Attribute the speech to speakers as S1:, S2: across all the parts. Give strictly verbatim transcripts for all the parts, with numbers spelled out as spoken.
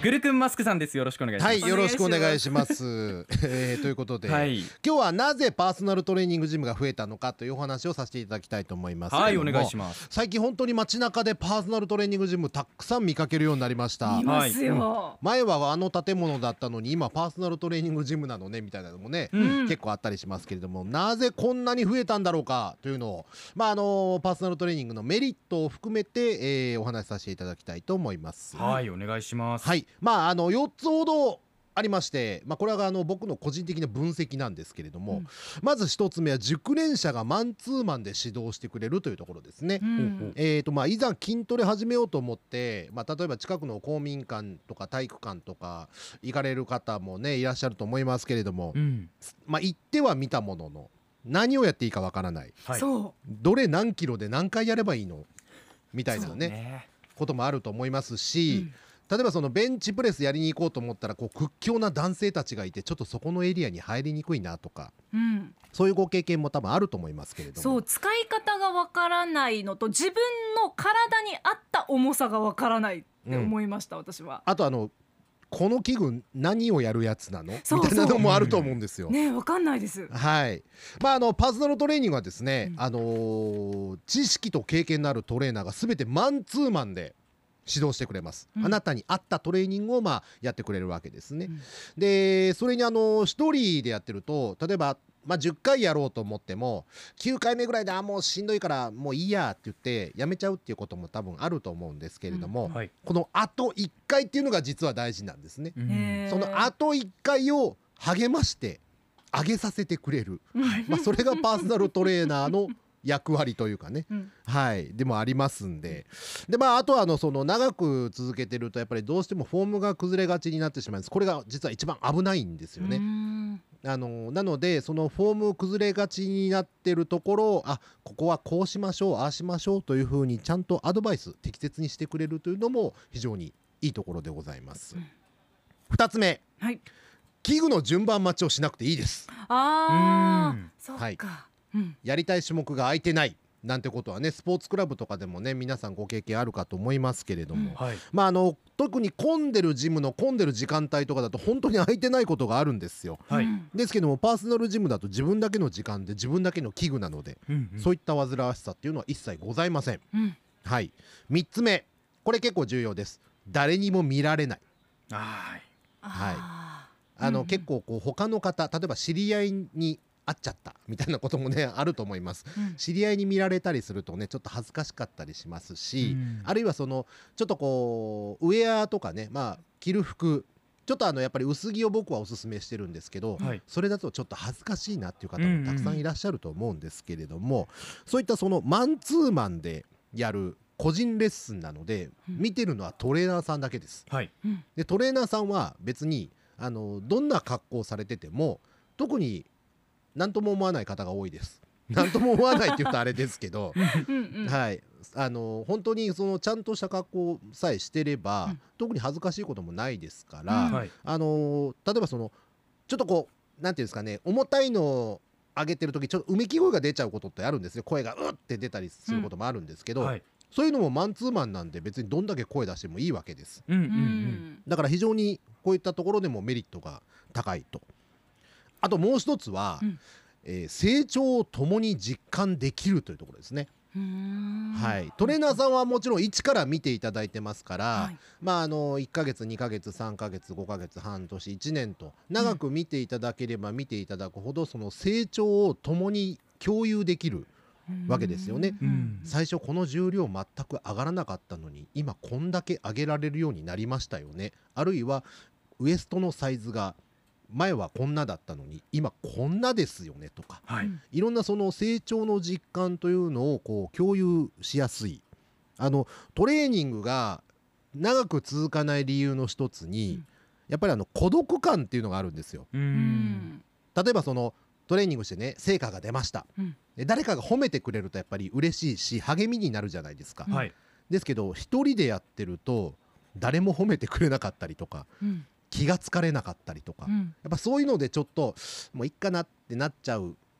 S1: グルクンマスクさんです。よろしくお願いします。
S2: はい、よろしくお願いします。えー、ということで、はい、今日はなぜパーソナルトレーニングジムが増えたのかというお話をさせていただきたいと思いますけれども。
S1: はい、お願いします。
S2: 最近本当に街中でパーソナルトレーニングジムたくさん見かけるようになりました。
S3: いますよ、はい、
S2: 前はあの建物だったのに今パーソナルトレーニングジムなのねみたいなのもね、うん、結構あったりしますけれども、なぜこんなに増えたんだろうかというのを、まああのパーソナルトレーニングのメリットを含めて、えー、お話しさせていただきたいと思います。
S1: はい、お願いします。
S2: はい、まああのよっつほどありまして、まあ、これはあの僕の個人的な分析なんですけれども、うん、まず一つ目は熟練者がマンツーマンで指導してくれるというところですね。うん、えーとまあ、いざ筋トレ始めようと思って、まあ、例えば近くの公民館とか体育館とか行かれる方もねいらっしゃると思いますけれども、うん、まあ、行っては見たものの何をやっていいかわからない、はい、どれ何キロで何回やればいいのみたいな ね, ねこともあると思いますし、うん、例えばそのベンチプレスやりに行こうと思ったらこう屈強な男性たちがいてちょっとそこのエリアに入りにくいなとか、うん、そういうご経験も多分あると思いますけれども、
S3: そう使い方がわからないのと自分の体に合った重さがわからないって思いました、うん、私は。
S2: あとあのこの器具何をやるやつなのみたいなのもあると思うんですよ。
S3: ね、わかんないです。
S2: はい。まああのパーソナルトレーニングはですね、うん、あのー、知識と経験のあるトレーナーがすべてマンツーマンで指導してくれます、うん、あなたに合ったトレーニングをまあやってくれるわけですね、うん、でそれにあの一人でやってると例えばまあ、じゅっかいやろうと思ってもきゅうかいめぐらいであもうしんどいからもういいやって言ってやめちゃうっていうことも多分あると思うんですけれども、うんはい、このあといっかいっていうのが実は大事なんですね、うん、そのあといっかいを励まして上げさせてくれる、まあ、それがパーソナルトレーナーの役割というかね、うん、はいでもありますんで、でまああとはあのその長く続けてるとやっぱりどうしてもフォームが崩れがちになってしまいます。これが実は一番危ないんですよね。あのなのでそのフォーム崩れがちになってるところをあここはこうしましょうああしましょうというふうにちゃんとアドバイス適切にしてくれるというのも非常にいいところでございます、うん、ふたつめ、はい、器具の順番待ちをしなくていいです。
S3: あーそっか、
S2: はいうん、やりたい種目が空いてないなんてことはねスポーツクラブとかでもね皆さんご経験あるかと思いますけれども、うんはいまあ、あの特に混んでるジムの混んでる時間帯とかだと本当に空いてないことがあるんですよ、はい、ですけどもパーソナルジムだと自分だけの時間で自分だけの器具なので、うんうん、そういった煩わしさっていうのは一切ございません、うんはい、みっつめこれ結構重要です。誰にも見られない。はいはいあの、うん、結構こう他の方例えば知り合いに会っちゃったみたいなこともねあると思います、うん、知り合いに見られたりするとねちょっと恥ずかしかったりしますし、うん、あるいはそのちょっとこうウェアとかねまあ着る服ちょっとあのやっぱり薄着を僕はおすすめしてるんですけど、はい、それだとちょっと恥ずかしいなっていう方もたくさんいらっしゃると思うんですけれども、うんうん、そういったそのマンツーマンでやる個人レッスンなので、うん、見てるのはトレーナーさんだけです、はい、でトレーナーさんは別にあのどんな格好をされてても特に何とも思わない方が多いです。何とも思わないって言うとあれですけどはい、あの本当にそのちゃんとした格好さえしてれば、うん、特に恥ずかしいこともないですから、うんあの例えばそのちょっとこうなんていうんですかね重たいのを上げてる時ちょっとうめき声が出ちゃうことってあるんですね。声がうって出たりすることもあるんですけど、うんはい、そういうのもマンツーマンなんで別にどんだけ声出してもいいわけです、うんうんうん、だから非常にこういったところでもメリットが高いと。あともう一つは、うんえー、成長を共に実感できるというところですね。はい、トレーナーさんはもちろん一から見ていただいてますから、はい、まああのいっかげつにかげつさんかげつごかげつ半年いちねんと長く見ていただければ見ていただくほどその成長を共に共有できるわけですよね。最初この重量全く上がらなかったのに今こんだけ上げられるようになりましたよね。あるいはウエストのサイズが前はこんなだったのに今こんなですよねとか、はい、いろんなその成長の実感というのをこう共有しやすい。あのトレーニングが長く続かない理由の一つに、うん、やっぱりあの孤独感っていうのがあるんですよ。うん例えばそのトレーニングしてね成果が出ました、うん、で誰かが褒めてくれるとやっぱり嬉しいし励みになるじゃないですか、うん、ですけど一人でやってると誰も褒めてくれなかったりとか、うん、気がつかれなかったりとか、うん、やっぱそういうのでちょっともういっかなってなっちゃう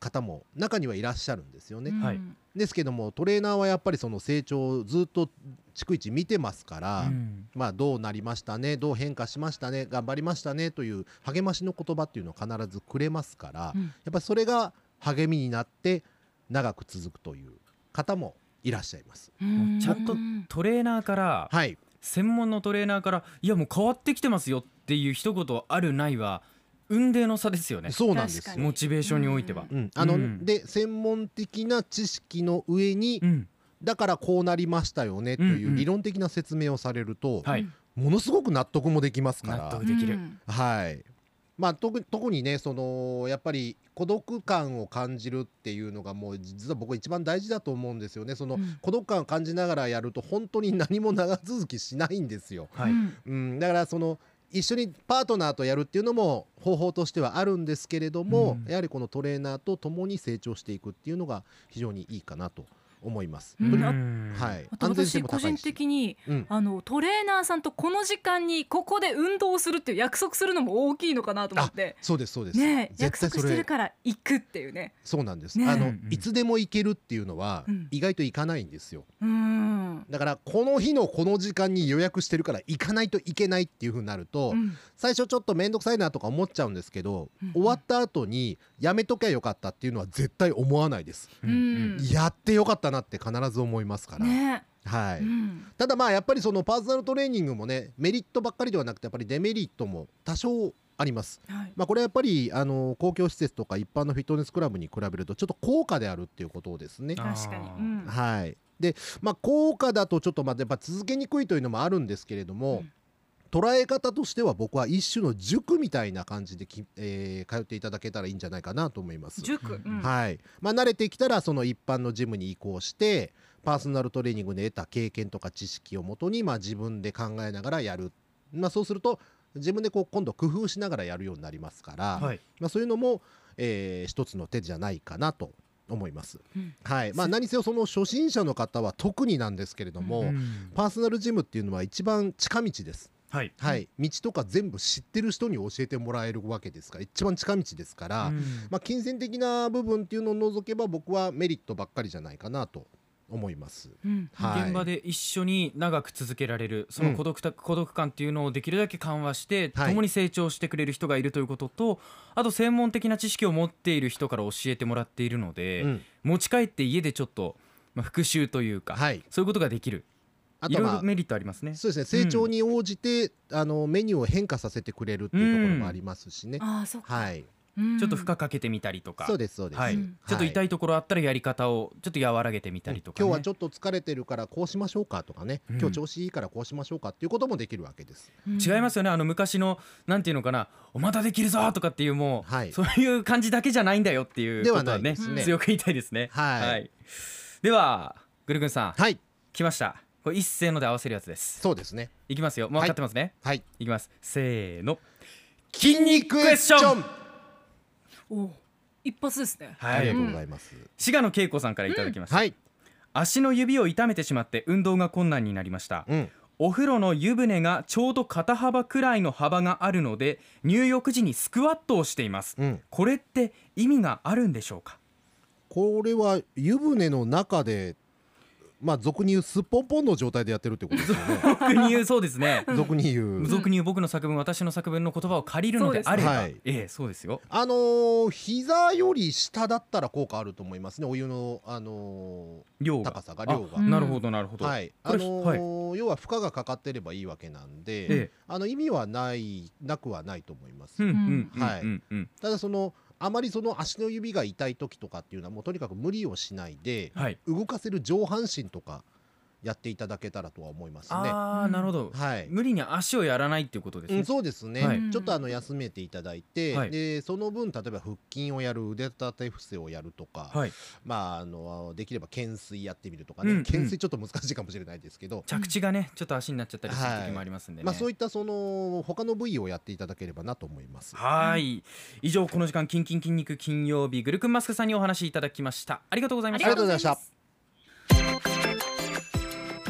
S2: 方も中にはいらっしゃるんですよね。
S1: はい
S2: ですけどもトレーナーはやっぱりその成長をずっと逐一見てますから、
S1: うん
S2: まあどうなりましたね、どう変化しましたね、頑張りましたねという励ましの言葉っていうのを必ずくれますから、
S3: うん
S2: やっぱりそれが励みになって長く続くという方もいらっしゃいます。
S3: うん
S1: ちゃんとトレーナーから
S2: はい
S1: 専門のトレーナーからいやもう変わってきてますよっていう一言あるないは雲泥の差ですよね。
S2: そうなんですよ。
S3: 確かに
S1: モチベーションにおいては。
S2: うんあの
S1: うん
S2: で専門的な知識の上に、
S1: うん
S2: だからこうなりましたよねと
S1: うんうん
S2: いう理論的な説明をされると、
S1: はい
S2: ものすごく納得もできますから。
S1: 納得できる。
S3: うん
S2: はいまあ、特特にねそのやっぱり孤独感を感じるっていうのがもう実は僕は一番大事だと思うんですよね。その
S3: うん
S2: 孤独感を感じながらやると本当に何も長続きしないんですよ。
S1: はい
S3: うん
S2: うん、だからその一緒にパートナーとやるっていうのも方法としてはあるんですけれども、
S1: うん
S2: やはりこのトレーナーと共に成長していくっていうのが非常にいいかなと思います。
S3: うんあ
S2: はい、
S3: あと
S2: 安全性
S3: 私個人
S2: も高いし。
S3: 的に
S2: うん
S3: あのトレーナーさんとこの時間にここで運動をするっていう約束するのも大きいのかなと思って
S2: そうですそうです。
S3: ねえ約
S2: 絶対それ
S3: 束してるから行くっていうね。
S2: そうなんです。
S3: ね
S2: あの
S1: うん
S2: いつでも行けるっていうのは
S3: うん
S2: 意外と行かないんですよ。
S3: うん
S2: だからこの日のこの時間に予約してるから行かないといけないっていう風になると、
S3: うん
S2: 最初ちょっと面倒くさいなとか思っちゃうんですけど、
S3: うん
S2: 終わった後にやめときゃよかったっていうのは絶対思わないです。
S3: うん
S2: やってよかったなって必ず思いますから。
S3: ね
S2: はい。
S3: うん
S2: ただまあやっぱりそのパーソナルトレーニングもねメリットばっかりではなくてやっぱりデメリットも多少あります。
S3: はい
S2: まあ、これはやっぱりあの公共施設とか一般のフィットネスクラブに比べるとちょっと高価であるっていうことですね。
S1: あ
S3: 確かにうん
S2: はい、で、まあ、高価だとちょっとまあやっぱ続けにくいというのもあるんですけれども、
S3: うん
S2: 捉え方としては僕は一種の塾みたいな感じでき、えー通っていただけたらいいんじゃないかなと思います。
S3: 塾うん
S2: はいまあ、慣れてきたらその一般のジムに移行してパーソナルトレーニングで得た経験とか知識をもとに、まあ、自分で考えながらやる、まあ、そうすると自分でこう今度工夫しながらやるようになりますから、
S1: はい
S2: まあ、そういうのも、えー一つの手じゃないかなと思います。
S3: うん
S2: はいまあ、何せよその初心者の方は特になんですけれども、
S1: うん
S2: パーソナルジムっていうのは一番近道です。
S1: はい
S2: はい、道とか全部知ってる人に教えてもらえるわけですから一番近道ですから、
S1: うん
S2: まあ、金銭的な部分っていうのを除けば僕はメリットばっかりじゃないかなと思います。
S3: うん
S2: はい、
S1: 現場で一緒に長く続けられるその孤独た、孤独感っていうのをできるだけ緩和して
S2: はい
S1: 共に成長してくれる人がいるということと、あと専門的な知識を持っている人から教えてもらっているので、
S2: うん
S1: 持ち帰って家でちょっと、まあ、復習というか、
S2: はい、
S1: そういうことができる。
S2: あとはまあ
S1: いろいろメリットありますね。
S2: そうですね成長に応じて、あのメニューを変化させてくれるっていうところもありますしね。
S3: ああそっか
S2: はい、
S3: うん
S1: ちょっと負荷かけてみたりとか、
S2: そうですそうです、
S1: はい
S3: うん
S1: ちょっと痛
S2: い
S1: いところあったらやり方をちょっと和らげてみたりとか、ね
S2: 今日はちょっと疲れてるからこうしましょうかとかね、
S1: うん
S2: 今日調子いいからこうしましょうかっていうこともできるわけです。
S3: うん
S1: 違いますよね。あの昔のなんていうのかな、おまたできるぞとかっていうもう、
S2: はい
S1: そういう感じだけじゃないんだよっていう
S2: では
S1: ことはね
S2: ないですね
S1: 強く言いたいですね。
S2: はい
S1: ではぐるぐんさん、
S2: はい
S1: 来ました。これ一斉ので合わせるやつです。
S2: そうですね。
S1: いきますよ。もう分かってますね。
S2: はい
S1: いきます。せーの。
S2: 筋肉クエスチョン
S3: お一発ですね
S1: はい
S2: ありがとうございます。
S1: 滋賀の恵子さんからいただきました、
S2: はい、
S1: 足の指を痛めてしまって運動が困難になりました。
S2: うん、
S1: お風呂の湯船がちょうど肩幅くらいの幅があるので入浴時にスクワットをしています。
S2: うん、
S1: これって意味があるんでしょうか。
S2: これは湯船の中で、まあ俗に言うすっぽんぽんの状態でやってるってことですよね。
S1: 俗に言うそうですね。
S2: 俗に言う。
S1: 俗に言う僕の作文、私の作文の言葉を借りるのであれば、
S2: そうです
S1: ええそうですよ。
S2: あのー、膝より下だったら効果あると思いますね。お湯のあの
S1: 量が
S2: ー高さが量が。
S1: あなるほどなるほど。
S2: はい、あ
S1: これ
S2: のー要は負荷がかかってればいいわけなんで、
S1: ええ
S2: あの意味はないなくはないと思います。
S1: うんうんうん
S2: はい
S1: うんうん
S2: ただそのあまりその足の指が痛い時とかっていうのはもうとにかく無理をしないで、
S1: はい。
S2: 動かせる上半身とかやっていただけたらとは思いますね。
S1: ああなるほど。
S2: はい。
S1: 無理に足をやらないっていうことですね。
S2: うん、そうですね、
S1: はい
S2: ちょっとあの休めていただいて、
S1: はい
S2: でその分例えば腹筋をやる、腕立て伏せをやるとか、
S1: はい。
S2: まあ、あのできれば懸垂やってみるとかね、
S1: うんうん
S2: 懸垂ちょっと難しいかもしれないですけど、
S1: 着地がねちょっと足になっちゃったりする時もありますんでね。
S2: まあ、そういったその他の部位をやっていただければなと思います。
S1: はい以上この時間キンキン筋肉金曜日ぐるくんマスクさんにお話しいただきました。ありがとうございました。
S2: ありがとうございました。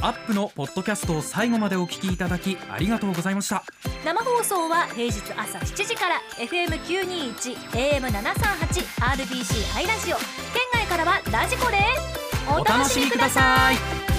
S1: アップのポッドキャストを最後までお聞きいただきありがとうございました。
S4: 生放送は平日朝しちじから エフエムきゅうにいち エーエムななさんはち アールビーシー ハイラジオ、県外からはラジコです。
S1: お楽しみください。